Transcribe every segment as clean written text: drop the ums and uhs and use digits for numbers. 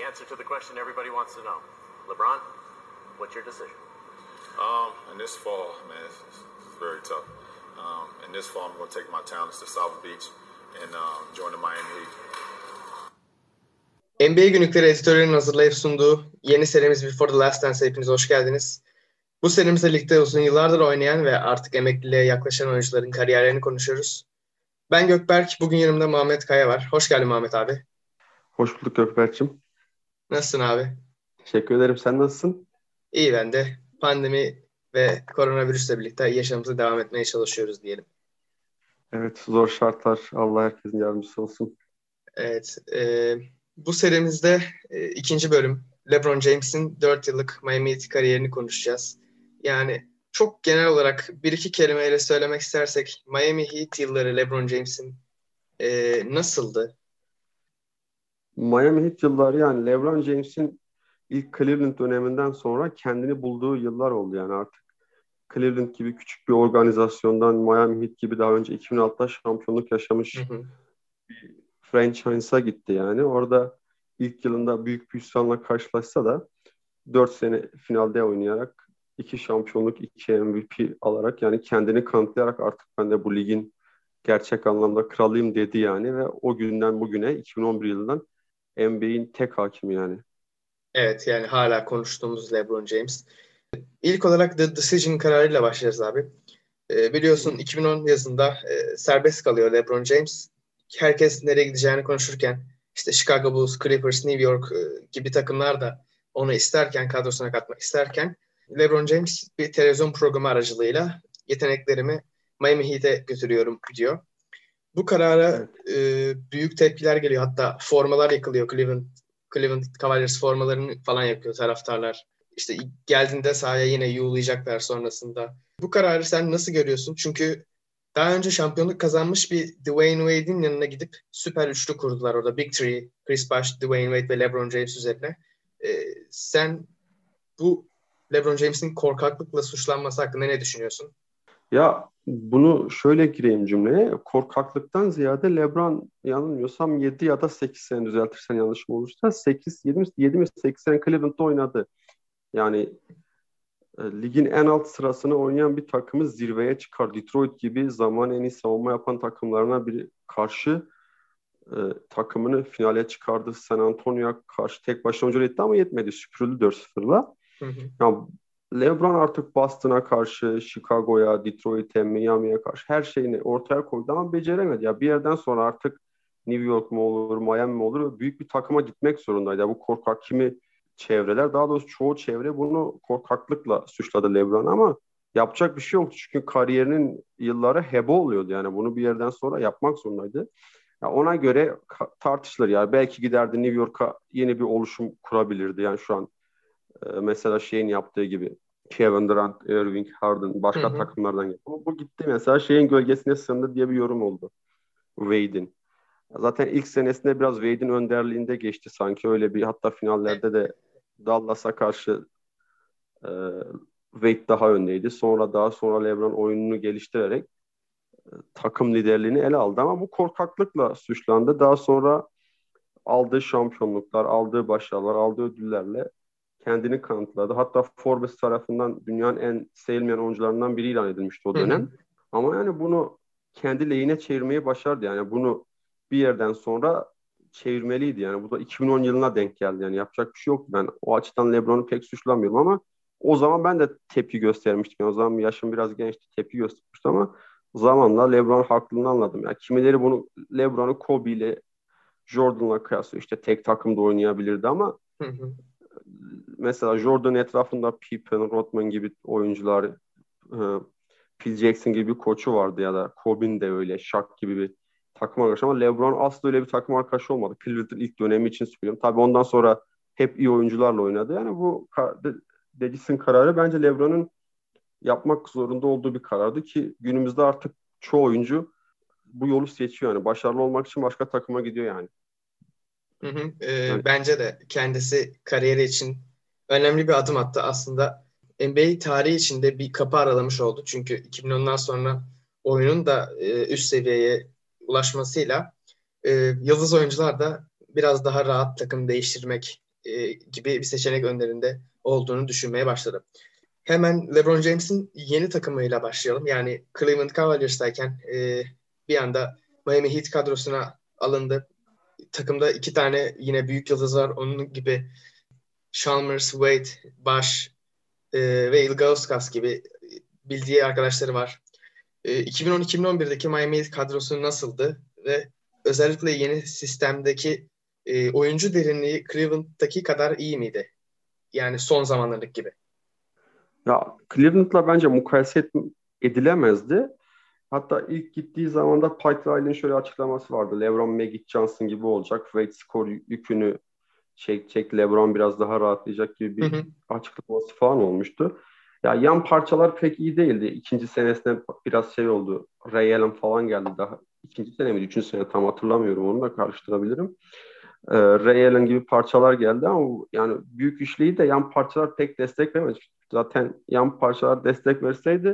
answer to the question everybody wants to know. LeBron, what's your decision? In this fall, man, it's very tough. In this fall, I'm going to take my talents to South Beach and join the Miami Heat. NBA Günlükleri editörlerinin hazırlayıp sunduğu yeni serimiz Before the Last Dance'e hepiniz hoş geldiniz. Bu serimizde ligde uzun yıllardır oynayan ve artık emekliliğe yaklaşan oyuncuların kariyerlerini konuşuyoruz. Ben Gökberk, bugün yanımda Muhammed Kaya var. Hoş geldin Muhammed abi. Hoş bulduk Gökberk'cim. Nasılsın abi? Teşekkür ederim. Sen nasılsın? İyi ben de. Pandemi ve koronavirüsle birlikte yaşamımıza devam etmeye çalışıyoruz diyelim. Evet, zor şartlar. Allah herkesin yardımcısı olsun. Evet. Bu serimizde ikinci bölüm LeBron James'in 4 yıllık Miami Heat kariyerini konuşacağız. Yani çok genel olarak bir iki kelimeyle söylemek istersek Miami Heat yılları LeBron James'in nasıldı? Miami Heat yılları, yani LeBron James'in ilk Cleveland döneminden sonra kendini bulduğu yıllar oldu. Yani artık Cleveland gibi küçük bir organizasyondan Miami Heat gibi daha önce 2006'da şampiyonluk yaşamış bir franchise'a gitti yani. Orada ilk yılında büyük bir hüsranla karşılaşsa da 4 sene finalde oynayarak 2 şampiyonluk, 2 MVP alarak yani kendini kanıtlayarak artık ben de bu ligin gerçek anlamda kralıyım dedi yani ve o günden bugüne 2011 yılından NBA'in tek hakimi yani. Evet, yani hala konuştuğumuz LeBron James. İlk olarak The Decision kararıyla başlarız abi. Biliyorsun 2010 yazında serbest kalıyor LeBron James. Herkes nereye gideceğini konuşurken işte Chicago Bulls, Clippers, New York gibi takımlar da onu isterken, kadrosuna katmak isterken LeBron James bir televizyon programı aracılığıyla yeteneklerimi Miami Heat'e götürüyorum diyor. Bu karara büyük tepkiler geliyor. Hatta formalar yakılıyor. Cleveland Cavaliers formalarını falan yakıyor taraftarlar. İşte geldiğinde sahaya yine yuğulayacaklar sonrasında. Bu kararı sen nasıl görüyorsun? Çünkü daha önce şampiyonluk kazanmış bir Dwayne Wade'in yanına gidip süper üçlü kurdular orada. Big Three, Chris Bosh, Dwayne Wade ve LeBron James üzerine. Sen bu LeBron James'in korkaklıkla suçlanması hakkında ne düşünüyorsun? Ya bunu şöyle gireyim cümleye. Korkaklıktan ziyade LeBron yanılmıyorsam 7 ya da 8 sene, düzeltirsen yanlışım olursa 7 mi 8 sene Cleveland'da oynadı. Yani ligin en alt sırasını oynayan bir takımı zirveye çıkar. Detroit gibi zaman en iyi savunma yapan takımlarına bir karşı takımını finale çıkardı. San Antonio'ya karşı tek başına oyuncu etti ama yetmedi. Süpürüldü 4-0'la. Yani LeBron artık Boston'a karşı, Chicago'ya, Detroit'e, Miami'ye karşı her şeyini ortaya koydu ama beceremedi. Ya bir yerden sonra artık New York mu olur, Miami mi olur, büyük bir takıma gitmek zorundaydı. Ya bu korkak kimi çevreler, daha doğrusu çoğu çevre bunu korkaklıkla suçladı LeBron ama yapacak bir şey yoktu. Çünkü kariyerinin yılları heba oluyordu. Yani bunu bir yerden sonra yapmak zorundaydı. Ya ona göre tartışılır. Yani belki giderdi New York'a yeni bir oluşum kurabilirdi. Yani şu an mesela şeyin yaptığı gibi Kevin Durant, Irving, Harden başka takımlardan geldi. Ama bu gitti mesela şeyin gölgesine sığındı diye bir yorum oldu. Wade'in. Zaten ilk senesinde biraz Wade'in önderliğinde geçti sanki öyle bir, hatta finallerde de Dallas'a karşı Wade daha öndeydi. Daha sonra LeBron oyununu geliştirerek takım liderliğini ele aldı ama bu korkaklıkla suçlandı. Daha sonra aldığı şampiyonluklar, aldığı başarılar, aldığı ödüllerle kendini kanıtladı. Hatta Forbes tarafından dünyanın en sevilmeyen oyuncularından biri ilan edilmişti o dönem. Ama yani bunu kendi lehine çevirmeyi başardı. Yani bunu bir yerden sonra çevirmeliydi. Yani bu da 2010 yılına denk geldi. Yani yapacak bir şey yok. Ben o açıdan LeBron'u pek suçlamıyorum ama o zaman ben de tepki göstermiştim. Yani o zaman yaşım biraz gençti, tepki göstermiştim ama zamanla LeBron haklılığını anladım. Yani kimileri bunu LeBron'u Kobe ile Jordan'la kıyaslıyor. İşte tek takımda oynayabilirdi ama mesela Jordan etrafında Pippen, Rodman gibi oyuncular, Phil Jackson gibi bir koçu vardı ya da Kobe'nin de öyle, Shaq gibi bir takım arkadaşı ama LeBron asla öyle bir takım arkadaşı olmadı. Cleveland'ın ilk dönemi için söylüyorum. Tabii ondan sonra hep iyi oyuncularla oynadı. Yani bu Decision kararı bence LeBron'un yapmak zorunda olduğu bir karardı ki günümüzde artık çoğu oyuncu bu yolu seçiyor. Yani başarılı olmak için başka takıma gidiyor yani. Yani. Bence de kendisi kariyeri için önemli bir adım attı. Aslında NBA tarihi içinde bir kapı aralamış oldu. Çünkü 2010'dan sonra oyunun da üst seviyeye ulaşmasıyla yıldız oyuncular da biraz daha rahat takım değiştirmek gibi bir seçenek önlerinde olduğunu düşünmeye başladım. Hemen LeBron James'in yeni takımıyla başlayalım. Yani Cleveland Cavaliers'tayken bir anda Miami Heat kadrosuna alındı. Takımda 2 tane yine büyük yıldız var. Onun gibi Chalmers, Wade, Bosh ve Ilgauskas gibi bildiği arkadaşları var. 2010-2011'deki Miami Heat kadrosu nasıldı? Ve özellikle yeni sistemdeki oyuncu derinliği Cleveland'daki kadar iyi miydi? Yani son zamanlardaki gibi. Ya Cleveland'la bence mukayese edilemezdi. Hatta ilk gittiği zaman da Pat Riley'nin şöyle açıklaması vardı. LeBron, Magic Johnson gibi olacak. Wade skor yükünü çekecek. LeBron biraz daha rahatlayacak gibi bir açıklaması falan olmuştu. Ya yan parçalar pek iyi değildi. İkinci senesinde biraz şey oldu. Ray Allen falan geldi daha. İkinci sene miydi? Üçüncü sene tam hatırlamıyorum. Onu da karıştırabilirim. Ray Allen gibi parçalar geldi ama yani büyük üçlüyü de yan parçalar pek destek vermedi. Zaten yan parçalar destek verseydi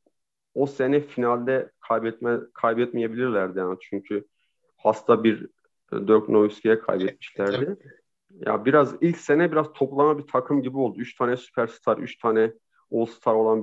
o sene finalde kaybetmeyebilirlerdi yani. Çünkü hasta bir Dirk Nowitzki'ye kaybetmişlerdi. Ya biraz ilk sene biraz toplama bir takım gibi oldu. 3 tane süperstar, 3 tane All-Star olan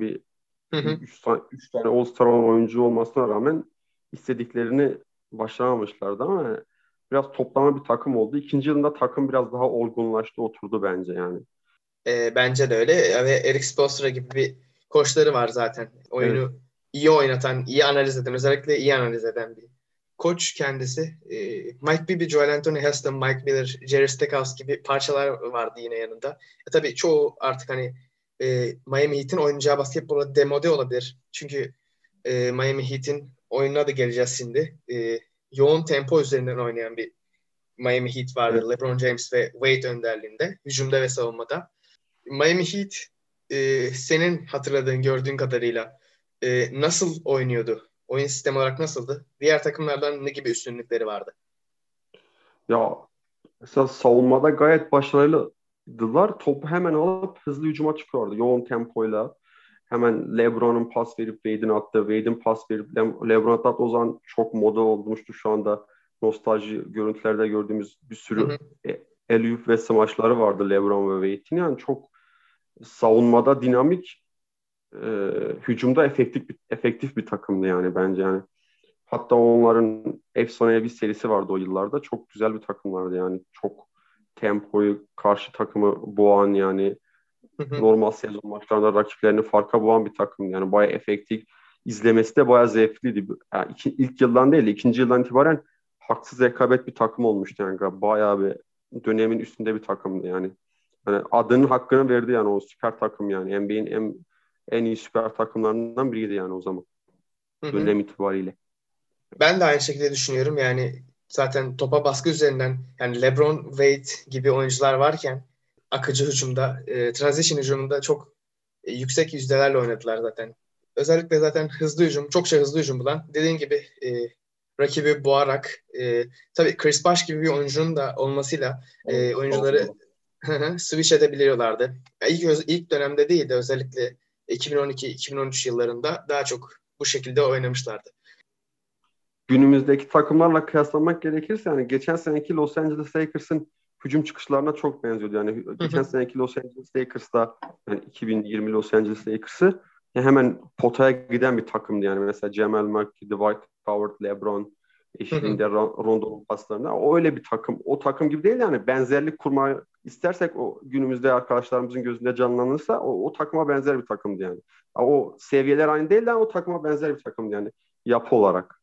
üç tane All-Star olan oyuncu olmasına rağmen istediklerini başaramamışlardı ama biraz toplama bir takım oldu. İkinci yılında takım biraz daha olgunlaştı, oturdu bence yani. Bence de öyle. Ve Eric Spoelstra gibi bir koçları var zaten. Oyunu iyi oynatan, iyi analiz eden, özellikle iyi analiz eden bir koç kendisi. Mike Bibby, Joel Anthony Heston, Mike Miller, Jerry Stackhouse gibi parçalar vardı yine yanında. Tabii çoğu artık hani Miami Heat'in oynayacağı basketbola demode olabilir. Çünkü Miami Heat'in oyununa da geleceğiz şimdi. Yoğun tempo üzerinden oynayan bir Miami Heat vardı. Evet. LeBron James ve Wade önderliğinde. Hücumda ve savunmada. Miami Heat senin hatırladığın, gördüğün kadarıyla nasıl oynuyordu? Oyun sistemi olarak nasıldı? Diğer takımlardan ne gibi üstünlükleri vardı? Ya mesela savunmada gayet başarılıdılar. Topu hemen alıp hızlı hücuma çıkıyordu. Yoğun tempoyla. Hemen LeBron'un pas verip Wade'in attığı, Wade'in pas verip LeBron hatta o zaman çok moda olmuştu şu anda. Nostalji görüntülerde gördüğümüz bir sürü alley-oop ve smaçları vardı LeBron ve Wade'in. Yani çok savunmada dinamik, hücumda efektif bir takımdı yani bence yani. Hatta onların efsanevi bir serisi vardı o yıllarda. Çok güzel bir takımlardı yani. Çok tempoyu karşı takımı boğan yani normal sezon maçlarında rakiplerini farka boğan bir takım. Yani bayağı efektif. İzlemesi de bayağı zevkliydi. Yani ilk yıldan değil, ikinci yıldan itibaren haksız rekabet bir takım olmuştu yani. Bayağı bir dönemin üstünde bir takımdı yani. Yani adının hakkını verdi yani o süper takım yani. NBA'in en iyi süper takımlarından biriydi yani o zaman. Dönem itibariyle. Ben de aynı şekilde düşünüyorum. Yani zaten topa baskı üzerinden yani LeBron, Wade gibi oyuncular varken akıcı hücumda, transition hücumunda çok yüksek yüzdelerle oynadılar zaten. Özellikle zaten hızlı hücum, çokça hızlı hücum bulan. Dediğin gibi rakibi boğarak tabii Chris Bosh gibi bir oyuncunun da olmasıyla oyuncuları switch edebiliyorlardı. İlk dönemde değil de özellikle 2012-2013 yıllarında daha çok bu şekilde oynamışlardı. Günümüzdeki takımlarla kıyaslamak gerekirse yani geçen seneki Los Angeles Lakers'ın hücum çıkışlarına çok benziyordu. Yani geçen seneki Los Angeles Lakers'da yani 2020 Los Angeles Lakers'ı hemen potaya giden bir takımdı yani. Mesela Jamal Murray, Dwight Howard, LeBron eşliğinde Rondo'nun paslarında. O öyle bir takım. O takım gibi değil yani. Benzerlik kurmayı istersek o günümüzde arkadaşlarımızın gözünde canlanırsa o takıma benzer bir takımdı yani. O seviyeler aynı değil de o takıma benzer bir takımdı yani yapı olarak.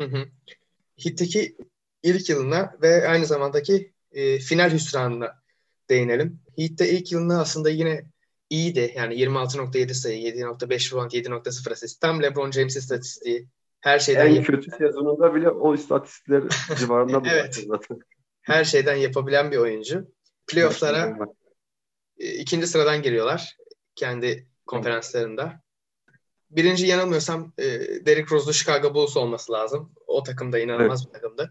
Heat'teki ilk yılına ve aynı zamandaki final hüsranına değinelim. Heat'te ilk yılına aslında yine iyiydi. Yani 26.7 sayı, 7.5 rebound, 7.0 asist. Tam LeBron James istatistiği. Her şeyden en kötü sezonunda bile o istatistikler civarında evet. zaten. Her şeyden yapabilen bir oyuncu. Playoff'lara ikinci sıradan giriyorlar kendi konferanslarında. Birinci yanılmıyorsam Derrick Rose'lu Chicago Bulls olması lazım. O takım da inanılmaz bir takımdı.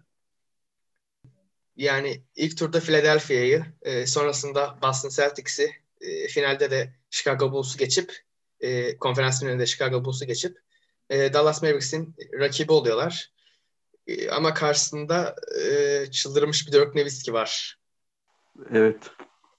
Yani ilk turda Philadelphia'yı, sonrasında Boston Celtics'i, finalde de Chicago Bulls'u geçip, konferans finalinde Chicago Bulls'u geçip Dallas Mavericks'in rakibi oluyorlar. Ama karşısında çıldırmış bir Dirk Nowitzki var. Evet.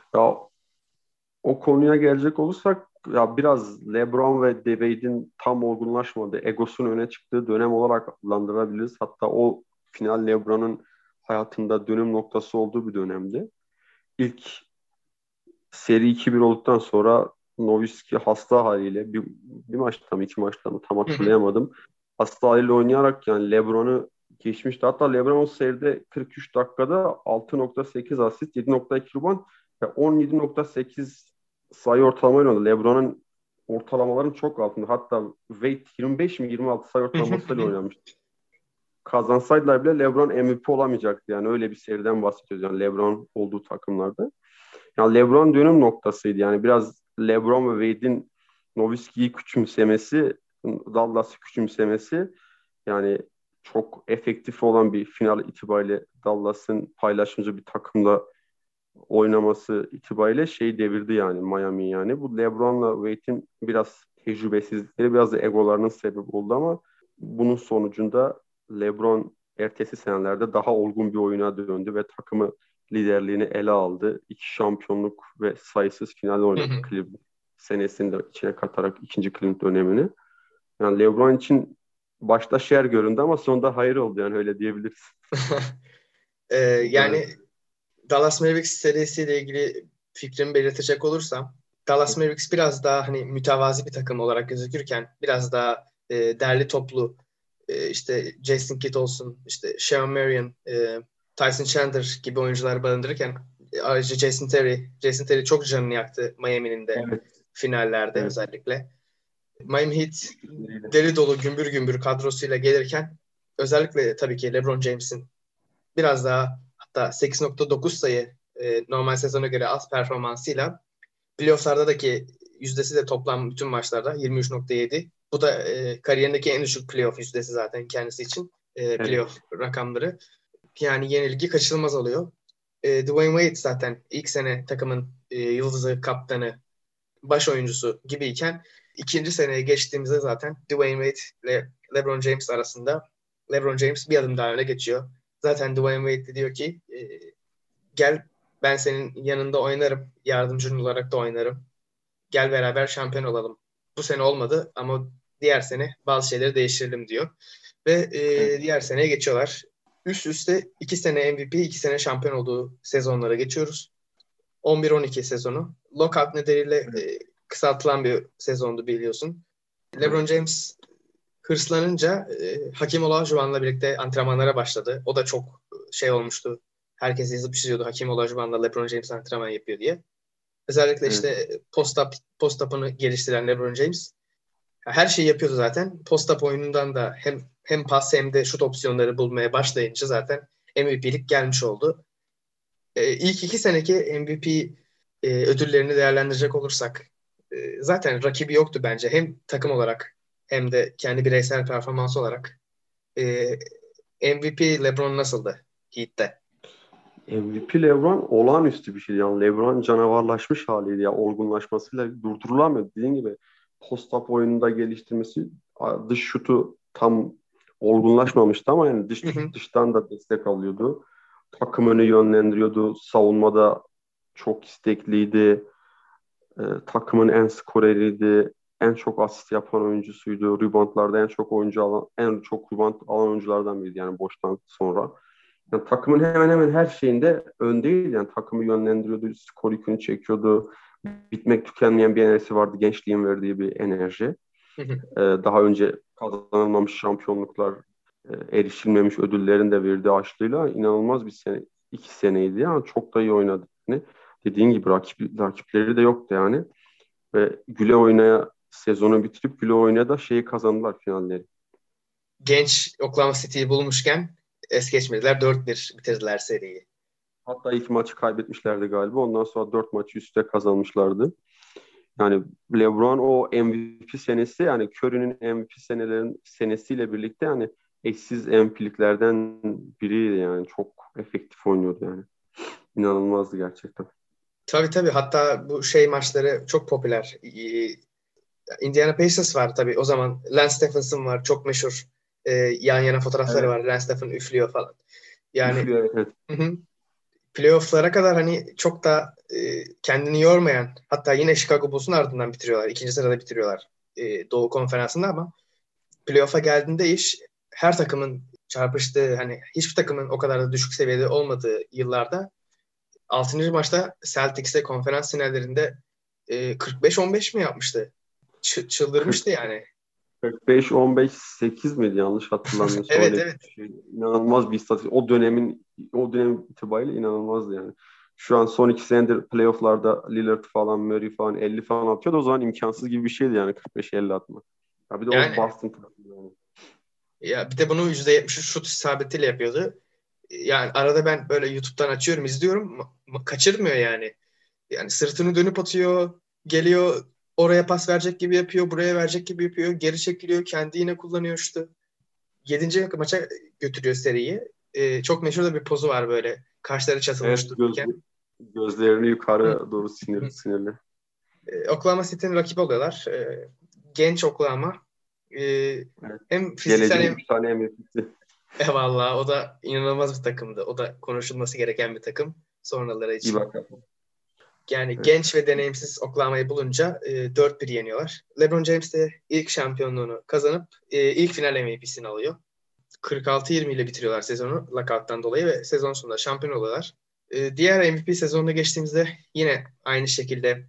Ya o konuya gelecek olursak ya biraz LeBron ve Wade'in tam olgunlaşmadığı, egosunun öne çıktığı dönem olarak adlandırabiliriz. Hatta o final LeBron'un hayatında dönüm noktası olduğu bir dönemdi. İlk seri 2-1 olduktan sonra Nowitzki hasta haliyle bir maçta mı iki maçta mı tam Hı hı. hatırlayamadım. Hasta haliyle oynayarak yani LeBron'u geçmişti. Hatta LeBron o seride 43 dakikada 6.8 asist, 7.2 rebound ve 17.8 sayı ortalamayla oynadı. LeBron'un ortalamaların çok altında. Hatta Wade 25 mi 26 sayı Hı hı, hı ortalamasıyla hı. oynamıştı. Kazansaydılar bile LeBron MVP olamayacaktı. Yani öyle bir seriden bahsediyoruz. Yani LeBron olduğu takımlarda. Yani LeBron dönüm noktasıydı. Yani biraz LeBron ve Wade'in Nowitzki'yi küçümsemesi, Dallas'ı küçümsemesi yani çok efektif olan bir final itibariyle Dallas'ın paylaşımcı bir takımda oynaması itibariyle şey devirdi yani Miami yani. Bu LeBron'la Wade'in biraz tecrübesizlikleri, biraz da egolarının sebebi oldu ama bunun sonucunda LeBron ertesi senelerde daha olgun bir oyuna döndü ve takımı liderliğini ele aldı. 2 şampiyonluk ve sayısız final Hı oynadı hı. Cleveland senesini de içine katarak ikinci Cleveland dönemini. Yani LeBron için başta şer göründü ama sonunda hayır oldu yani öyle diyebiliriz. Evet. Yani Dallas Mavericks serisiyle ilgili fikrimi belirtecek olursam, Dallas Mavericks biraz daha hani mütevazi bir takım olarak gözükürken biraz daha derli toplu, işte Jason Kidd olsun, işte Shawn Marion, Tyson Chandler gibi oyuncular barındırırken ayrıca Jason Terry çok canını yaktı Miami'nin de Evet. finallerde Evet. özellikle. Miami Heat deli dolu gümbür gümbür kadrosuyla gelirken özellikle tabii ki LeBron James'in biraz daha hatta 8.9 sayı normal sezona göre az performansıyla playoff'lardaki yüzdesi de toplam bütün maçlarda 23.7. Bu da kariyerindeki en düşük playoff yüzdesi zaten kendisi için Evet. playoff rakamları. Yani yenilgi kaçınılmaz oluyor. Dwayne Wade zaten ilk sene takımın yıldızı, kaptanı, baş oyuncusu gibiyken ikinci seneye geçtiğimizde zaten Dwayne Wade ile LeBron James arasında LeBron James bir adım daha öne geçiyor. Zaten Dwayne Wade de diyor ki gel ben senin yanında oynarım. Yardımcın olarak da oynarım. Gel beraber şampiyon olalım. Bu sene olmadı ama diğer sene bazı şeyleri değiştirelim diyor. Ve Evet. diğer seneye geçiyorlar. Üst üste 2 sene MVP, 2 sene şampiyon olduğu sezonlara geçiyoruz. 11-12 sezonu. Lockout nedeniyle kısaltılan bir sezondu biliyorsun. LeBron Evet. James hırslanınca Hakim Olajuwon'la birlikte antrenmanlara başladı. O da çok şey olmuştu. Herkes yazıp çiziyordu Hakim Olajuwon'la LeBron James antrenman yapıyor diye. Özellikle Evet. işte post-up'ını geliştiren LeBron James her şeyi yapıyordu zaten. Post-up oyunundan da hem pas hem de şut opsiyonları bulmaya başlayınca zaten MVP'lik gelmiş oldu. İlk 2 seneki MVP ödüllerini değerlendirecek olursak zaten rakibi yoktu bence. Hem takım olarak hem de kendi bireysel performans olarak. MVP LeBron nasıldı Heat'te? MVP LeBron olağanüstü bir şey. Yani LeBron canavarlaşmış haliydi ya. Olgunlaşmasıyla durdurulamıyor. Dediğin gibi post-up oyununda geliştirmesi dış şutu tam olgunlaşmamıştı ama yani Hı hı. dıştan da destek alıyordu. Takımını yönlendiriyordu. Savunmada çok istekliydi. Takımın en skoreriydi. En çok asist yapan oyuncusuydu. Reboundlarda en çok rebound alan oyunculardan biriydi yani boştan sonra. Yani takımın hemen hemen her şeyinde öndeydi. Yani takımı yönlendiriyordu, skor yükünü çekiyordu. Bitmek tükenmeyen bir enerjisi vardı. Gençliğin verdiği bir enerji. Hı hı. Daha önce kazanılmamış şampiyonluklar, erişilmemiş ödüllerin de verdiği açlığıyla inanılmaz bir sene, 2 seneydi. Yani çok da iyi oynadı. Yani dediğin gibi rakipleri de yoktu yani. Ve güle oynaya sezonu bitirip güle oynaya da şeyi kazandılar finalleri. Genç Oklahoma City'yi bulmuşken es geçmediler. 4-1 bitirdiler seriyi. Hatta ilk maçı kaybetmişlerdi galiba. Ondan sonra 4 maçı üstte kazanmışlardı. Yani LeBron o MVP senesi yani Curry'nin MVP senesiyle birlikte yani eşsiz MVP'liklerden biriydi yani. Çok efektif oynuyordu yani. İnanılmazdı gerçekten. Tabii tabii. Hatta bu şey maçları çok popüler. Indiana Pacers var tabii. O zaman Lance Stephenson var. Çok meşhur. Yan yana fotoğrafları Evet. var. Lance Stephenson üflüyor falan. Yani Üflüyor evet. hı hı. playoff'lara kadar hani çok da kendini yormayan, hatta yine Chicago Bulls'un ardından bitiriyorlar. İkinci sırada bitiriyorlar Doğu Konferansı'nda ama playoff'a geldiğinde iş her takımın çarpıştığı, hani hiçbir takımın o kadar da düşük seviyede olmadığı yıllarda 6. maçta Celtics'e konferans finallerinde 45-15 mi yapmıştı? Çıldırmıştı yani. 45-15-8 miydi yanlış hatırlamıyorsam? Evet, Öyle evet. bir şey. İnanılmaz bir istatistik. O dönem itibariyle inanılmazdı yani. Şu an son 2 senedir playoff'larda Lillard falan, Murray falan 50 falan atıyordu. O zaman imkansız gibi bir şeydi yani 45-50 atmak. Ya bir de o Yani Boston takımı yani. ya bir de bunu %70 şut isabetiyle yapıyordu. Yani arada ben böyle YouTube'dan açıyorum, izliyorum. Kaçırmıyor yani. Yani sırtını dönüp atıyor, geliyor oraya pas verecek gibi yapıyor, buraya verecek gibi yapıyor, geri çekiliyor, kendi yine kullanıyor şutu. 7. maça götürüyor seriyi. Çok meşhur da bir pozu var böyle. Kaşları Evet, çatılmış dururken. gözlerini Hı. yukarı doğru sinirli Hı. sinirli. Oklahoma City'nin rakibi oluyorlar. Genç Oklahoma. Evet. Hem fiziksel Geleceğin hem 3 tane MVP'si. eyvallah, o da inanılmaz bir takımdı. O da konuşulması gereken bir takım sonraları İyi için. bakalım. Yani Evet. genç ve deneyimsiz Oklahoma'yı bulunca 4-1 yeniyorlar. LeBron James de ilk şampiyonluğunu kazanıp ilk final MVP'sini alıyor. 46-20 ile bitiriyorlar sezonu lockout'tan dolayı ve sezon sonunda şampiyon oluyorlar. Diğer MVP sezonuna geçtiğimizde yine aynı şekilde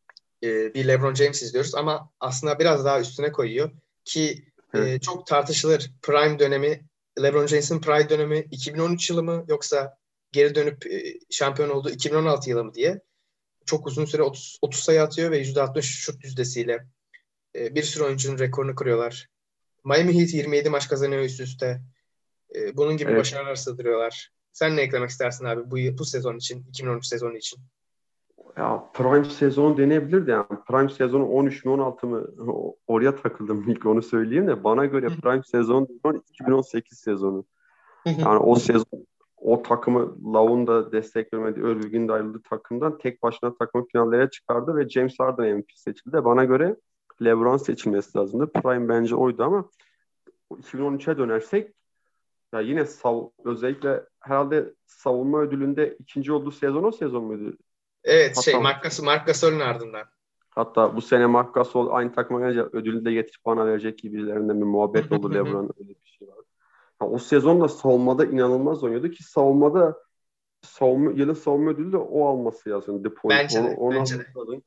bir LeBron James izliyoruz ama aslında biraz daha üstüne koyuyor ki Evet. çok tartışılır. Prime dönemi, LeBron James'in prime dönemi 2013 yılı mı yoksa geri dönüp şampiyon olduğu 2016 yılı mı diye. Çok uzun süre 30 sayı atıyor ve %60 şut yüzdesiyle bir sürü oyuncunun rekorunu kırıyorlar. Miami Heat 27 maç kazanıyor üst üste. Bunun gibi Evet. başarılar sığdırıyorlar. Sen ne eklemek istersin abi bu sezon için, 2013 sezonu için? Ya Prime sezonu deneyebilirdi yani. Prime sezonu 13 mi 16 mı? Oraya takıldım ilk onu söyleyeyim de. Bana göre Prime sezon 2018 sezonu. Yani o sezon o takımı Love'un da destek vermediği Irving'in de ayrıldığı takımdan tek başına takımı finallere çıkardı ve James Harden MVP seçildi. Bana göre LeBron seçilmesi lazımdı. Prime bence oydu ama 2013'e dönersek ya yine özellikle herhalde savunma ödülünde ikinci olduğu sezon o sezon muydu? Evet, Hatta Marc Gasol'ün ardından. hatta bu sene Marc Gasol aynı takıma gelince ödülünü de getirip bana verecek gibilerinden bir muhabbet oldu LeBron öyle bir şey var. Ha, o sezon da savunmada inanılmaz oynuyordu ki yılın savunma ödülü de o alması lazım. The Point. Bence de, Onu bence de. alması lazım.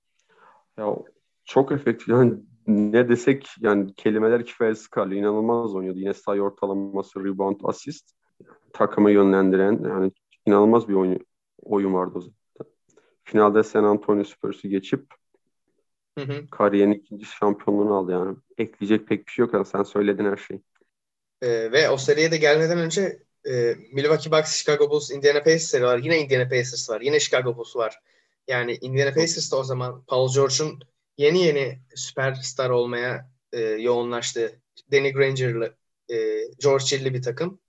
Ya çok efektif. Yani ne desek yani kelimeler kifayetsiz kalıyor. İnanılmaz oynuyordu. Yine sayı ortalaması, rebound, asist. Takımı yönlendiren yani inanılmaz bir oyun vardı o zaman. Finalde San Antonio Spurs'u geçip Hı hı. kariyerin ikinci şampiyonluğunu aldı yani. Ekleyecek pek bir şey yok. Yani sen söyledin her şeyi. Ve o seriye de gelmeden önce Milwaukee Bucks, Chicago Bulls, Indiana Pacers var. Yine Indiana Pacers var. Yine Chicago Bulls var. Yani Indiana Pacers da o zaman Paul George'un yeni yeni süperstar olmaya yoğunlaştığı Danny Granger'lı, George Hill'li bir takım.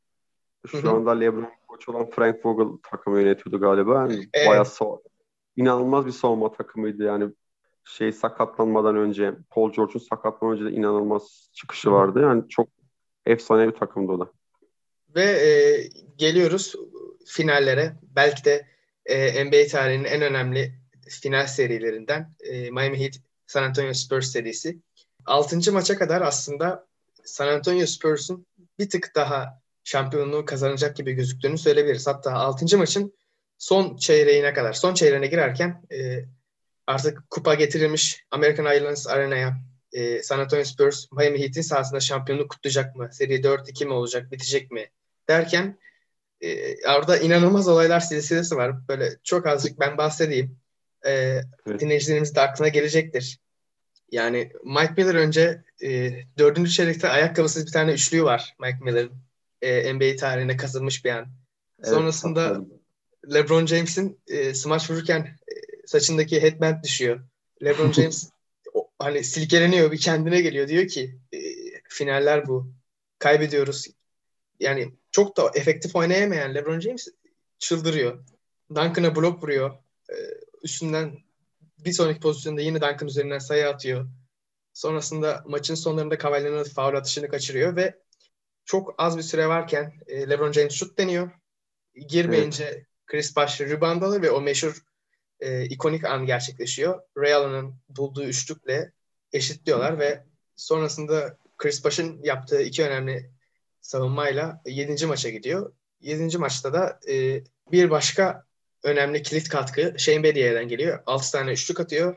Hı Şu hı. anda LeBron koç olan Frank Vogel takımı yönetiyordu galiba. Yani bayağı Evet. inanılmaz bir savunma takımıydı yani. Sakatlanmadan önce, Paul George'un sakatlanmadan önce de inanılmaz Hı çıkışı hı. vardı. Yani çok efsane bir takımdı o da. Ve geliyoruz finallere. Belki de NBA tarihinin en önemli final serilerinden Miami Heat San Antonio Spurs serisi. 6. maça kadar aslında San Antonio Spurs'un bir tık daha şampiyonluğu kazanacak gibi gözüktüğünü söyleyebiliriz. Hatta 6. maçın son çeyreğine kadar, son çeyreğine girerken artık kupa getirilmiş American Airlines Arena'ya San Antonio Spurs Miami Heat'in sahasında şampiyonluk kutlayacak mı? Seri 4-2 mi olacak, bitecek mi? Derken orada inanılmaz olaylar silsilesi var. Böyle çok azıcık ben bahsedeyim. Evet. Dinleyicilerimiz de aklına gelecektir. Yani Mike Miller önce 4. çeyrekte ayakkabısız bir tane üçlüğü var Mike Miller'ın. NBA tarihine kazınmış bir an. Evet, Sonrasında hatırladım. LeBron James'in smaç vururken saçındaki headband düşüyor. LeBron James hani silkeleniyor, bir kendine geliyor. Diyor ki finaller bu. Kaybediyoruz. Yani çok da efektif oynayamayan LeBron James çıldırıyor. Duncan'a blok vuruyor. E, Üstünden bir sonraki pozisyonda yine Duncan üzerinden sayı atıyor. Sonrasında maçın sonlarında Kawhi'nin faul atışını kaçırıyor ve çok az bir süre varken LeBron James şut deniyor. Evet. Girmeyince Chris Bosh rebound alır ve o meşhur ikonik an gerçekleşiyor. Ray Allen'ın bulduğu üçlükle eşitliyorlar ve sonrasında Chris Bosh'ın yaptığı iki önemli savunmayla 7. maça gidiyor. 7. maçta da bir başka önemli kilit katkı Shane Battier geliyor. 6 tane üçlük atıyor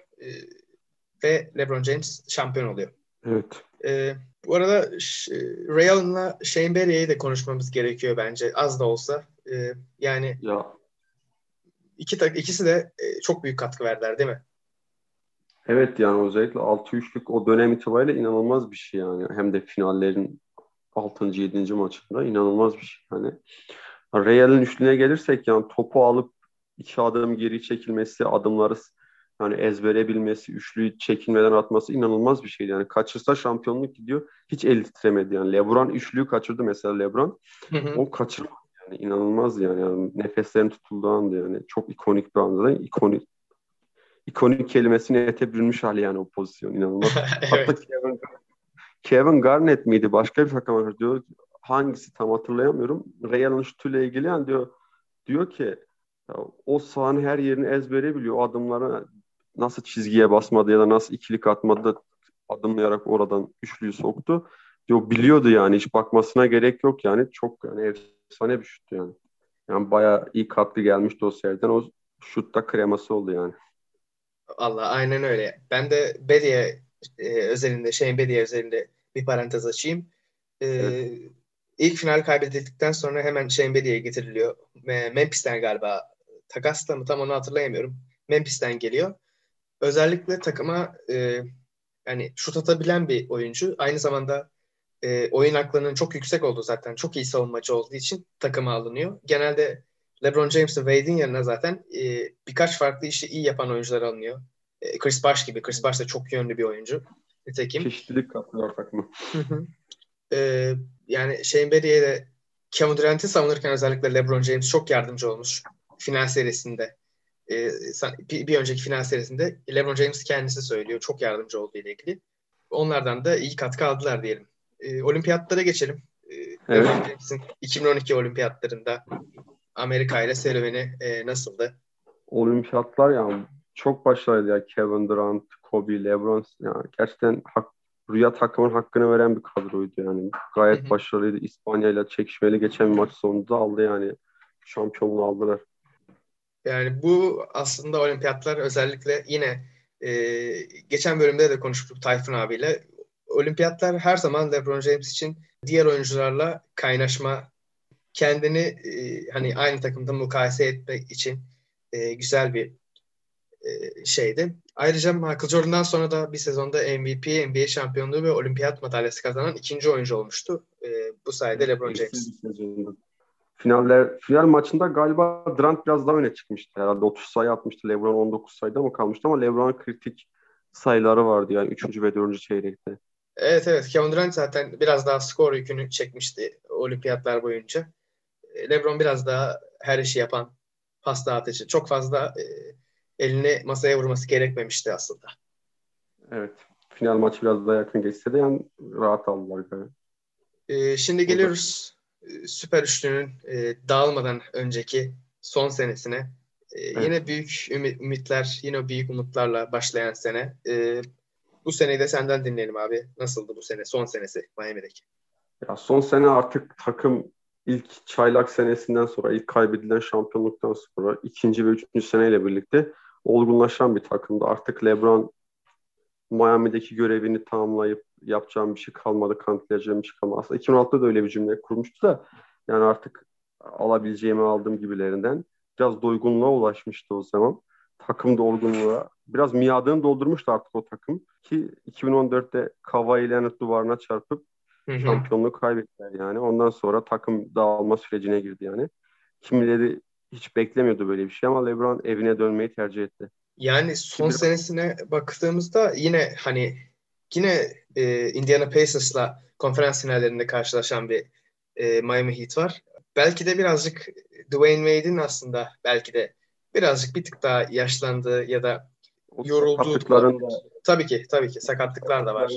ve LeBron James şampiyon oluyor. Evet. Bu arada Ray Allen'la Shane Battier'i de konuşmamız gerekiyor bence. Az da olsa. Yani Ya ikisi de çok büyük katkı verdiler değil mi? evet, yani özellikle 6-3'lük o dönem itibariyle inanılmaz bir şey yani. Hem de finallerin 6. 7. maçında inanılmaz bir şey yani. Real'in üçlüğüne gelirsek yani topu alıp 2 adım geri çekilmesi, adımları yani ezbere bilmesi, üçlüyü çekinmeden atması inanılmaz bir şeydi. Yani kaçırsa şampiyonluk gidiyor. Hiç el titremedi yani. LeBron üçlüyü kaçırdı mesela LeBron. O kaçırmadı yani. İnanılmaz yani. Nefeslerin tutulduğu andı yani. Çok ikonik bir andı. İkonik kelimesini ete bürünmüş hali yani o pozisyon. İnanılmaz. Evet. Hatta Kevin Garnett miydi? Başka bir takım var diyor. Hangisi tam hatırlayamıyorum. Real'ın şutuyla ilgili yani diyor ki ya, o sahanın her yerini ezbere biliyor. O adımları nasıl çizgiye basmadı ya da nasıl ikilik atmadı adımlayarak oradan üçlüyü soktu. Diyor biliyordu yani hiç bakmasına gerek yok yani. Çok yani efsane bir şuttu yani. Yani bayağı iyi katkı gelmişti o seriden. O şutta kreması oldu yani. Allah aynen öyle. Ben de Battier özelinde, Shane Battier özelinde bir parantez açayım. Evet. İlk final kaybedildikten sonra hemen Shane Battier getiriliyor. Memphis'ten galiba takasla mı tam onu hatırlayamıyorum. Memphis'ten geliyor. Özellikle takıma yani şut atabilen bir oyuncu. Aynı zamanda oyun aklının çok yüksek olduğu zaten. Çok iyi savunmacı olduğu için takıma alınıyor. Genelde LeBron James ve Wade'in yanına zaten birkaç farklı işi iyi yapan oyuncular alınıyor. Chris Bosh gibi. Chris Bosh da çok yönlü bir oyuncu. Nitekim. Çeşitlilik katıyor takımı. Hı hı. Yani Shane Battier'e Kevin Durant'i savunurken özellikle LeBron James çok yardımcı olmuş final serisinde. Bir önceki final serisinde LeBron James kendisi söylüyor. Çok yardımcı olduğu ile ilgili. Onlardan da iyi katkı aldılar diyelim. Olimpiyatlara geçelim. Evet. LeBron James'in 2012 olimpiyatlarında Amerika ile serüveni nasıldı? Olimpiyatlar yani çok başarılıydı ya. Kevin Durant, Kobe, LeBron yani gerçekten rüya takımın hakkını veren bir kadroydu yani. Gayet başarılıydı. İspanya ile çekişmeli geçen bir maç sonunda aldı yani. Şampiyonluğu aldılar. Yani bu aslında olimpiyatlar özellikle yine geçen bölümde de konuştuk Tayfun abiyle. Olimpiyatlar her zaman LeBron James için diğer oyuncularla kaynaşma, kendini hani aynı takımda mukayese etmek için güzel bir şeydi. Ayrıca Michael Jordan'dan sonra da bir sezonda MVP, NBA şampiyonluğu ve olimpiyat madalyası kazanan ikinci oyuncu olmuştu. Bu sayede LeBron James. Final maçında galiba Durant biraz daha öne çıkmıştı. Herhalde 30 sayı atmıştı. LeBron 19 sayıda mı kalmıştı ama LeBron'un kritik sayıları vardı yani 3. ve 4. çeyrekte. Evet. Kevin Durant zaten biraz daha skor yükünü çekmişti olimpiyatlar boyunca. LeBron biraz daha her işi yapan, pas dağıtıcı. Çok fazla elini masaya vurması gerekmemişti aslında. Evet. Final maçı biraz daha yakın geçse de yani rahat aldılar galiba. Şimdi geliyoruz Süper Üçlü'nün dağılmadan önceki son senesine. Evet. Yine büyük ümitler, yine büyük umutlarla başlayan sene. Bu seneyi de senden dinleyelim abi. Nasıldı bu sene? Son senesi Miami'deki. Ya son sene artık takım ilk çaylak senesinden sonra, ilk kaybedilen şampiyonluktan sonra ikinci ve üçüncü seneyle birlikte olgunlaşan bir takımdı. Artık LeBron Miami'deki görevini tamamlayıp yapacağım bir şey kalmadı, kanıtlayacağım bir şey kalmadı. Aslında 2016'da da öyle bir cümle kurmuştu da yani artık alabileceğimi aldım gibilerinden. Biraz doygunluğa ulaşmıştı o zaman. Takım da olgunluğa. Biraz miadını doldurmuştu artık o takım. Ki 2014'te Kawhi Leonard duvarına çarpıp şampiyonluğu kaybettiler yani. Ondan sonra takım dağılma sürecine girdi yani. Kimileri hiç beklemiyordu böyle bir şey ama LeBron evine dönmeyi tercih etti. Yani son senesine baktığımızda yine Indiana Pacers'la konferans finallerinde karşılaşan bir Miami Heat var. Belki de birazcık Dwayne Wade'in aslında belki de birazcık bir tık daha yaşlandığı ya da yorulduğu. Tabii ki sakatlıklar da var.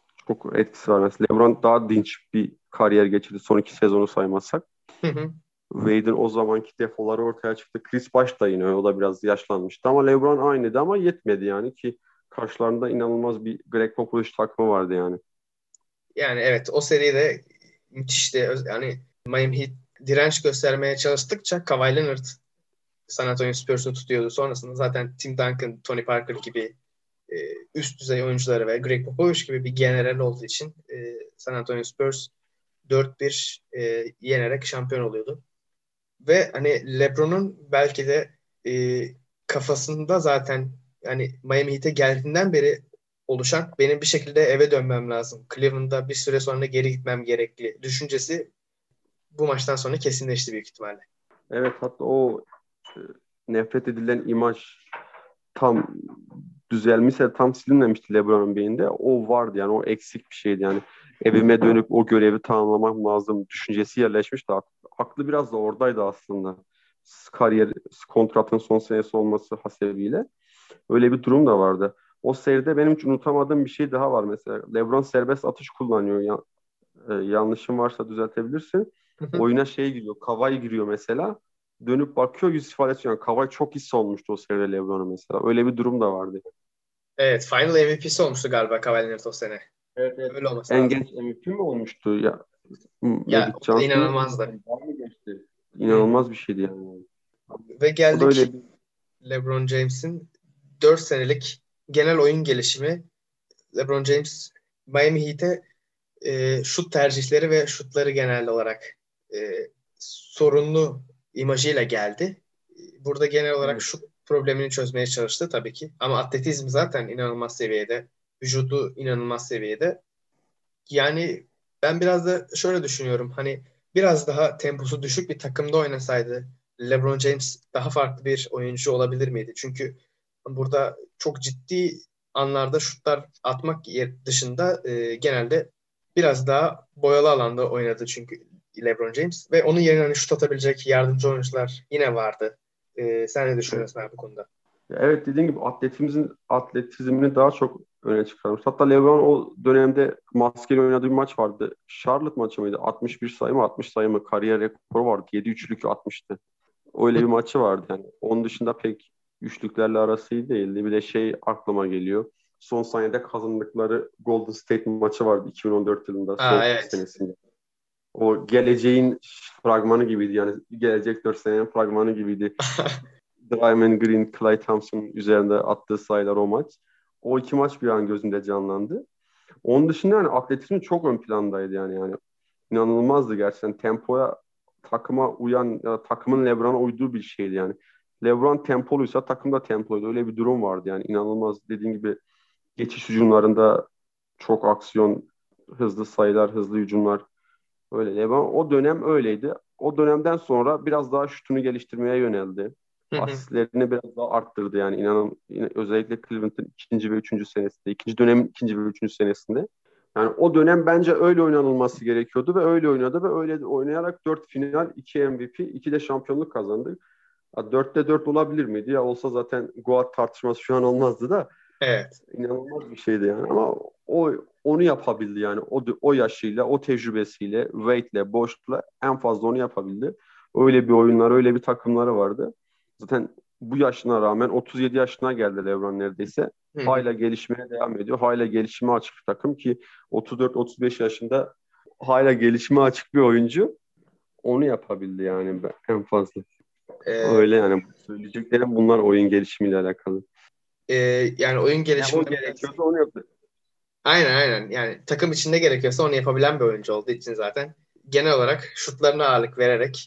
Çok etkisi var. Mesela LeBron daha dinç bir kariyer geçirdi son 2 sezonu saymazsak. Wade'in o zamanki defoları ortaya çıktı. Chris Bosh da yine o da biraz yaşlanmıştı ama LeBron aynıydı ama yetmedi yani ki karşılarında inanılmaz bir Greg Popovich takımı vardı yani. Yani evet, o seride müthişti. Yani Miami Heat direnç göstermeye çalıştıkça Kawhi Leonard San Antonio Spurs'u tutuyordu. Sonrasında zaten Tim Duncan, Tony Parker gibi üst düzey oyuncuları ve Greg Popovich gibi bir general olduğu için San Antonio Spurs 4-1 yenerek şampiyon oluyordu. Ve hani LeBron'un belki de kafasında zaten yani Miami Heat'e geldiğinden beri oluşan benim bir şekilde eve dönmem lazım, Cleveland'da bir süre sonra geri gitmem gerekli düşüncesi bu maçtan sonra kesinleşti büyük ihtimalle. Evet, hatta o e, nefret edilen imaj tam düzelmişse, tam silinmemişti LeBron'un beyninde. O vardı yani, o eksik bir şeydi yani. Evime dönüp o görevi tamamlamam lazım düşüncesi yerleşmişti. Aklı biraz da oradaydı aslında. Kariyer, kontratın son senesi olması hasebiyle. Öyle bir durum da vardı. O seride benim hiç unutamadığım bir şey daha var mesela. LeBron serbest atış kullanıyor. Yanlışım varsa düzeltebilirsin. Oyuna şey giriyor, Kawhi giriyor mesela. Dönüp bakıyor, yüz ifadesi yani. Kawhi çok hisse olmuştu o seride LeBron'a mesela. Öyle bir durum da vardı. Evet, Final MVP'si olmuştu galiba Kawhi Leonard o sene. Evet, evet. Öyle olması En lazım. genç MVP mi olmuştu ya? Ya Magic o da Johnson inanılmazdı. daha mı geçti? İnanılmaz bir şeydi yani. Ve O da geldik öyle bir... LeBron James'in 4 senelik genel oyun gelişimi. LeBron James Miami Heat'e şut tercihleri ve şutları genel olarak sorunlu imajıyla geldi. Burada genel olarak Evet. şut problemini çözmeye çalıştı tabii ki. Ama atletizm zaten inanılmaz seviyede. Vücudu inanılmaz seviyede. Yani ben biraz da şöyle düşünüyorum. Hani biraz daha temposu düşük bir takımda oynasaydı LeBron James daha farklı bir oyuncu olabilir miydi? Çünkü burada çok ciddi anlarda şutlar atmak dışında genelde biraz daha boyalı alanda oynadı çünkü LeBron James ve onun yerine hani şut atabilecek yardımcı oyuncular yine vardı. Sen ne Evet. düşünüyorsun abi bu konuda? Evet, dediğim gibi atletizmini daha çok öne çıkarmış. Hatta LeBron o dönemde maskeli oynadığı bir maç vardı. Charlotte maçı mıydı? 61 sayı mı 60 sayı mı kariyer rekoru vardı. 7 üçlük atmıştı. Öyle bir maçı vardı yani. Onun dışında pek üçlüklerle arası iyi değildi. Bir de şey aklıma geliyor. Son saniyede kazandıkları Golden State maçı vardı 2014 yılında, Aa, son evet. senesinde. O geleceğin fragmanı gibiydi yani. Gelecek 4 senenin fragmanı gibiydi. Draymond Green, Klay Thompson üzerinde attığı sayılar o maç. O iki maç bir an gözümde canlandı. Onun dışında yani atletizmi çok ön plandaydı yani inanılmazdı gerçekten. Tempoya, takıma uyan, ya takımın LeBron'a uyduğu bir şeydi yani. LeBron tempoluysa takım da tempoydu. Öyle bir durum vardı yani. İnanılmaz, dediğin gibi geçiş hücumlarında çok aksiyon, hızlı sayılar, hızlı hücumlar. Öyle LeBron o dönem öyleydi. O dönemden sonra biraz daha şutunu geliştirmeye yöneldi. Asistlerini biraz daha arttırdı yani, özellikle Cleveland'ın ikinci ve üçüncü senesinde, ikinci dönemin ikinci ve üçüncü senesinde. Yani o dönem bence öyle oynanılması gerekiyordu ve öyle oynadı ve öyle oynayarak 4 final, 2 MVP, 2 de şampiyonluk kazandı. 4'te 4 olabilir miydi? Ya olsa zaten Goat tartışması şu an olmazdı da, Evet. inanılmaz bir şeydi yani. Ama onu yapabildi yani. O yaşıyla, o tecrübesiyle, Wade'le, Bosh'la en fazla onu yapabildi. Öyle bir oyunlar, öyle bir takımları vardı. Zaten bu yaşına rağmen 37 yaşına geldi LeBron neredeyse. Hala gelişmeye devam ediyor. Hala gelişime açık bir takım ki 34-35 yaşında hala gelişime açık bir oyuncu. Onu yapabildi yani en fazla. Ee, Öyle yani. Söyleyeceklerim bunlar oyun gelişimiyle alakalı. e, Yani oyun Ne o gelişiminde biraz. gerekiyorsa onu yaptı. Aynen. Yani takım içinde gerekiyorsa onu yapabilen bir oyuncu olduğu için zaten genel olarak şutlarına ağırlık vererek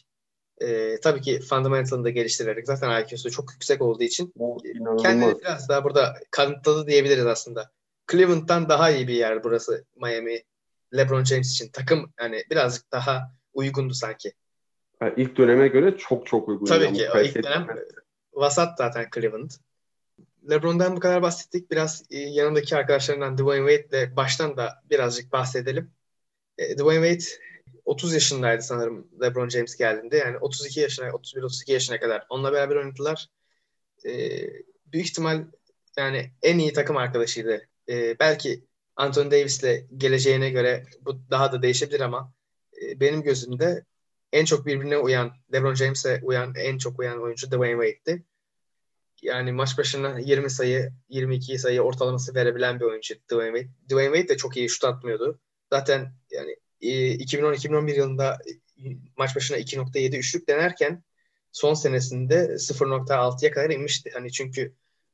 tabii ki fundamentalını da geliştirerek zaten IQ'su çok yüksek olduğu için O kendini inanılmaz. biraz daha burada kanıtladı diyebiliriz aslında. Cleveland'dan daha iyi bir yer burası Miami, LeBron James için. Takım yani birazcık daha uygundu sanki. Yani ilk döneme göre çok çok uygundu. Tabii Yani ki o mukayese ilk dönem edilmez. vasat zaten Cleveland. LeBron'dan bu kadar bahsettik. Biraz yanındaki arkadaşlarından Dwayne Wade'le baştan da birazcık bahsedelim. Dwayne Wade 30 yaşındaydı sanırım LeBron James geldiğinde. Yani 32 yaşına, 31-32 yaşına kadar onunla beraber oynadılar. E, Büyük ihtimal yani en iyi takım arkadaşıydı. Belki Anthony Davis'le geleceğine göre bu daha da değişebilir ama benim gözümde en çok birbirine uyan, LeBron James'e en çok uyan oyuncu Dwayne Wade'ti. Yani maç başına 20 sayı, 22 sayı ortalaması verebilen bir oyuncu Dwayne Wade. Dwayne Wade de çok iyi şut atmıyordu. Zaten yani 2010-2011 yılında maç başına 2.7 üçlük denerken son senesinde 0.6'ya kadar inmişti. Hani çünkü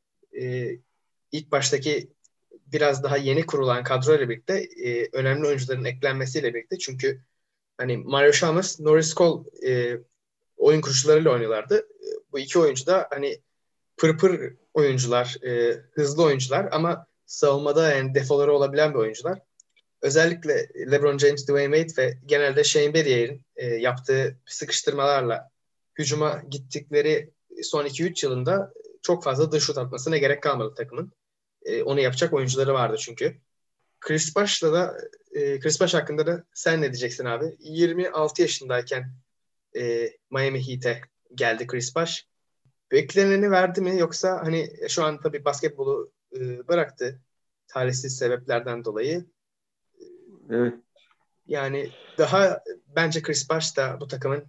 ilk baştaki biraz daha yeni kurulan kadroyla birlikte önemli oyuncuların eklenmesiyle birlikte, çünkü hani Mario Chalmers, Norris Cole oyun kurucularıyla oynuyorlardı. Bu iki oyuncu da hani pırpır oyuncular, hızlı oyuncular ama savunmada yani defoları olabilen bir oyuncular. Özellikle LeBron James, Dwayne Wade ve genelde Shane Battier'in yaptığı sıkıştırmalarla hücuma gittikleri son 2-3 yılında çok fazla dış şut atmasına gerek kalmadı takımın. Onu yapacak oyuncuları vardı çünkü. Chris Bosh hakkında da sen ne diyeceksin abi? 26 yaşındayken Miami Heat'e geldi Chris Bosh. Bekleneni verdi mi, yoksa hani şu an tabii basketbolu bıraktı talihsiz sebeplerden dolayı. Evet. Yani daha bence Chris Bosh da bu takımın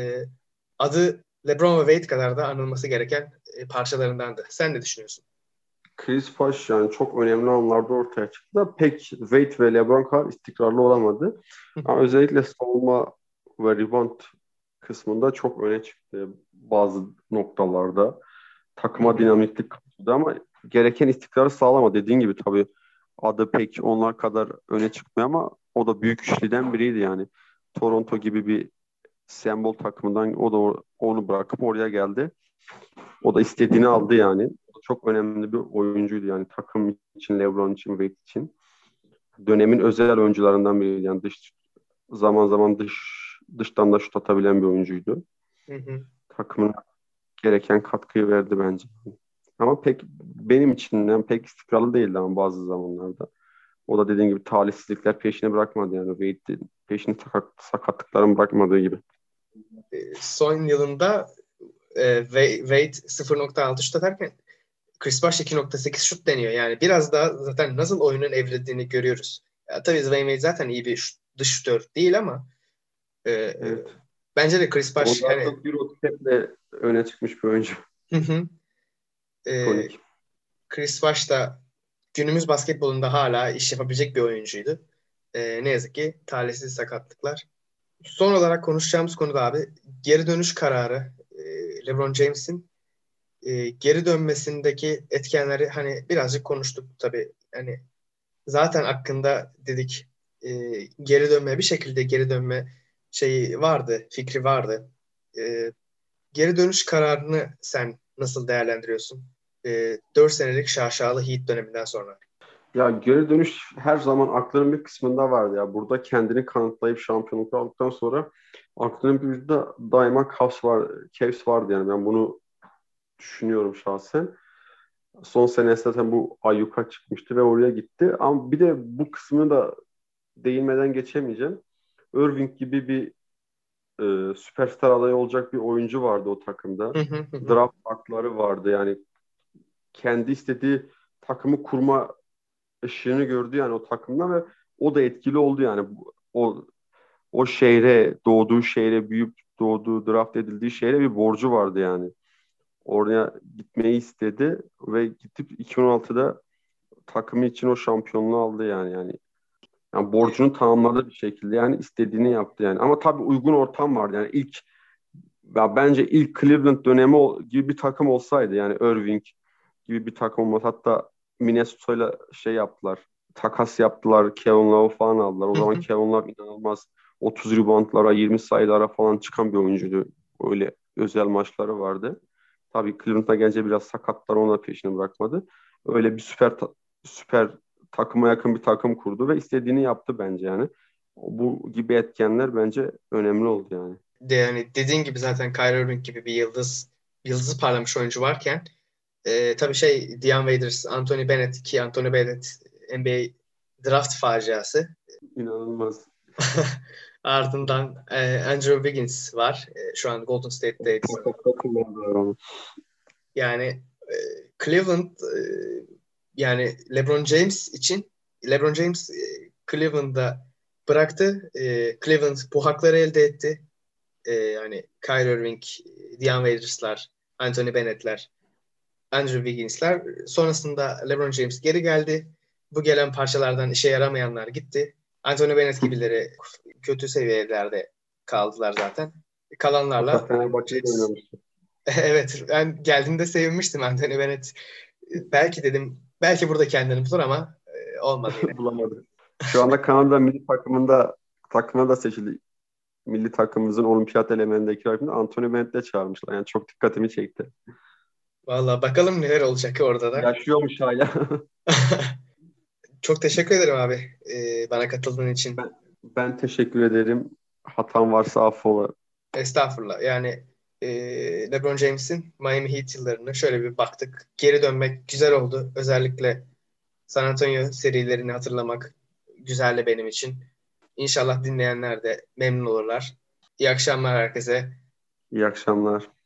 adı LeBron ve Wade kadar da anılması gereken parçalarındandı. Sen ne düşünüyorsun? Chris Bosh yani çok önemli anlarda ortaya çıktı da pek Wade ve LeBron kadar istikrarlı olamadı. Ama özellikle savunma ve rebound kısmında çok öne çıktı bazı noktalarda. Takıma dinamiklik kattı ama gereken istikrarı sağlamadı. Dediğin gibi tabii adı pek onlar kadar öne çıkmıyor ama o da büyük üçlüden biriydi yani. Toronto gibi bir sembol takımından o da onu bırakıp oraya geldi. O da istediğini aldı yani. Çok önemli bir oyuncuydu yani takım için, LeBron için, Wade için. Dönemin özel oyuncularından biriydi yani zaman zaman dıştan da şut atabilen bir oyuncuydu. Hı hı. Takımın gereken katkıyı verdi bence. Ama pek benim için yani pek istikrarlı değildi ama bazı zamanlarda. O da dediğin gibi talihsizlikler peşini bırakmadı yani. Wade'in peşini sakatlıkların bırakmadığı gibi. Son yılında Wade 0.6 şut atarken Chris Bosh 2.8 şut deniyor. Yani biraz daha zaten nasıl oyunun evrildiğini görüyoruz. Ya, tabii Dwayne Wade zaten iyi bir dış şutör değil ama Evet. bence de Chris Bosh Onlar hani da bir roketle öne çıkmış bir oyuncu. hı hı. İkonik. Chris Bosh da günümüz basketbolunda hala iş yapabilecek bir oyuncuydu. Ne yazık ki talihsiz sakatlıklar. Son olarak konuşacağımız konu da abi geri dönüş kararı. LeBron James'in geri dönmesindeki etkenleri hani birazcık konuştuk tabii. Hani zaten hakkında dedik geri dönme, bir şekilde geri dönme şeyi vardı, fikri vardı. Geri dönüş kararını sen nasıl değerlendiriyorsun? 4 senelik şaşalı Heat döneminden sonra. Ya geri dönüş her zaman aklının bir kısmında vardı ya. Burada kendini kanıtlayıp şampiyonluk aldıktan sonra aklının bir ucunda daima Cavs vardı yani. Ben bunu düşünüyorum şahsen. Son sene zaten bu ayyuka çıkmıştı ve oraya gitti. Ama bir de bu kısmını da değinmeden geçemeyeceğim. Irving gibi bir süperstar adayı olacak bir oyuncu vardı o takımda. Draft hakları vardı yani. Kendi istediği takımı kurma ışığını gördü yani o takımda ve o da etkili oldu yani. O şehre, doğduğu şehre, büyüyüp doğduğu, draft edildiği şehre bir borcu vardı yani. Oraya gitmeyi istedi ve gidip 2016'da takımı için o şampiyonluğu aldı yani borcunu tamamladı bir şekilde yani istediğini yaptı yani. Ama tabii uygun ortam vardı yani bence ilk Cleveland dönemi gibi bir takım olsaydı yani Irving gibi bir takım olmaz. Hatta Minnesota'yla yaptılar. Takas yaptılar. Kevin Love'ı falan aldılar. O zaman Kevin Love inanılmaz 30 reboundlara, 20 sayılara falan çıkan bir oyuncuydu. Öyle özel maçları vardı. Tabii Cleveland'a gelince biraz sakatlar ona peşini bırakmadı. Öyle bir süper takıma yakın bir takım kurdu ve istediğini yaptı bence yani. Bu gibi etkenler bence önemli oldu yani. Yani dediğin gibi zaten Kyrie Irving gibi bir yıldızı parlamış oyuncu varken tabii Dion Waiters, Anthony Bennett ki Anthony Bennett NBA draft faciası. İnanılmaz. Ardından Andrew Wiggins var. Şu an Golden State'te. Yani Cleveland yani LeBron James Cleveland'da bıraktı. Cleveland bu hakları elde etti. hani Kyrie Irving, Dion Waiters'lar, Anthony Bennett'ler, Andrew Wiggins'ler. Sonrasında LeBron James geri geldi. Bu gelen parçalardan işe yaramayanlar gitti. Anthony Bennett gibileri kötü seviyelerde kaldılar zaten. Kalanlarla Hatta Fenerbahçe'de oynamıştı. evet, ben geldiğinde sevinmiştim Anthony Bennett. Belki dedim, belki burada kendini bulur ama olmadı yine. Bulamadı. Şu anda Kanada milli takımına da seçildi. Milli takımımızın olimpiyat elemanındaki rakibini Anthony Bennett'le çağırmışlar. Yani çok dikkatimi çekti. Vallahi bakalım neler olacak orada da. Yaşıyormuş hala. Çok teşekkür ederim abi bana katıldığın için. Ben teşekkür ederim. Hatam varsa affola. Estağfurullah. Yani LeBron James'in Miami Heat yıllarını şöyle bir baktık. Geri dönmek güzel oldu. Özellikle San Antonio serilerini hatırlamak güzeldi benim için. İnşallah dinleyenler de memnun olurlar. İyi akşamlar herkese. İyi akşamlar.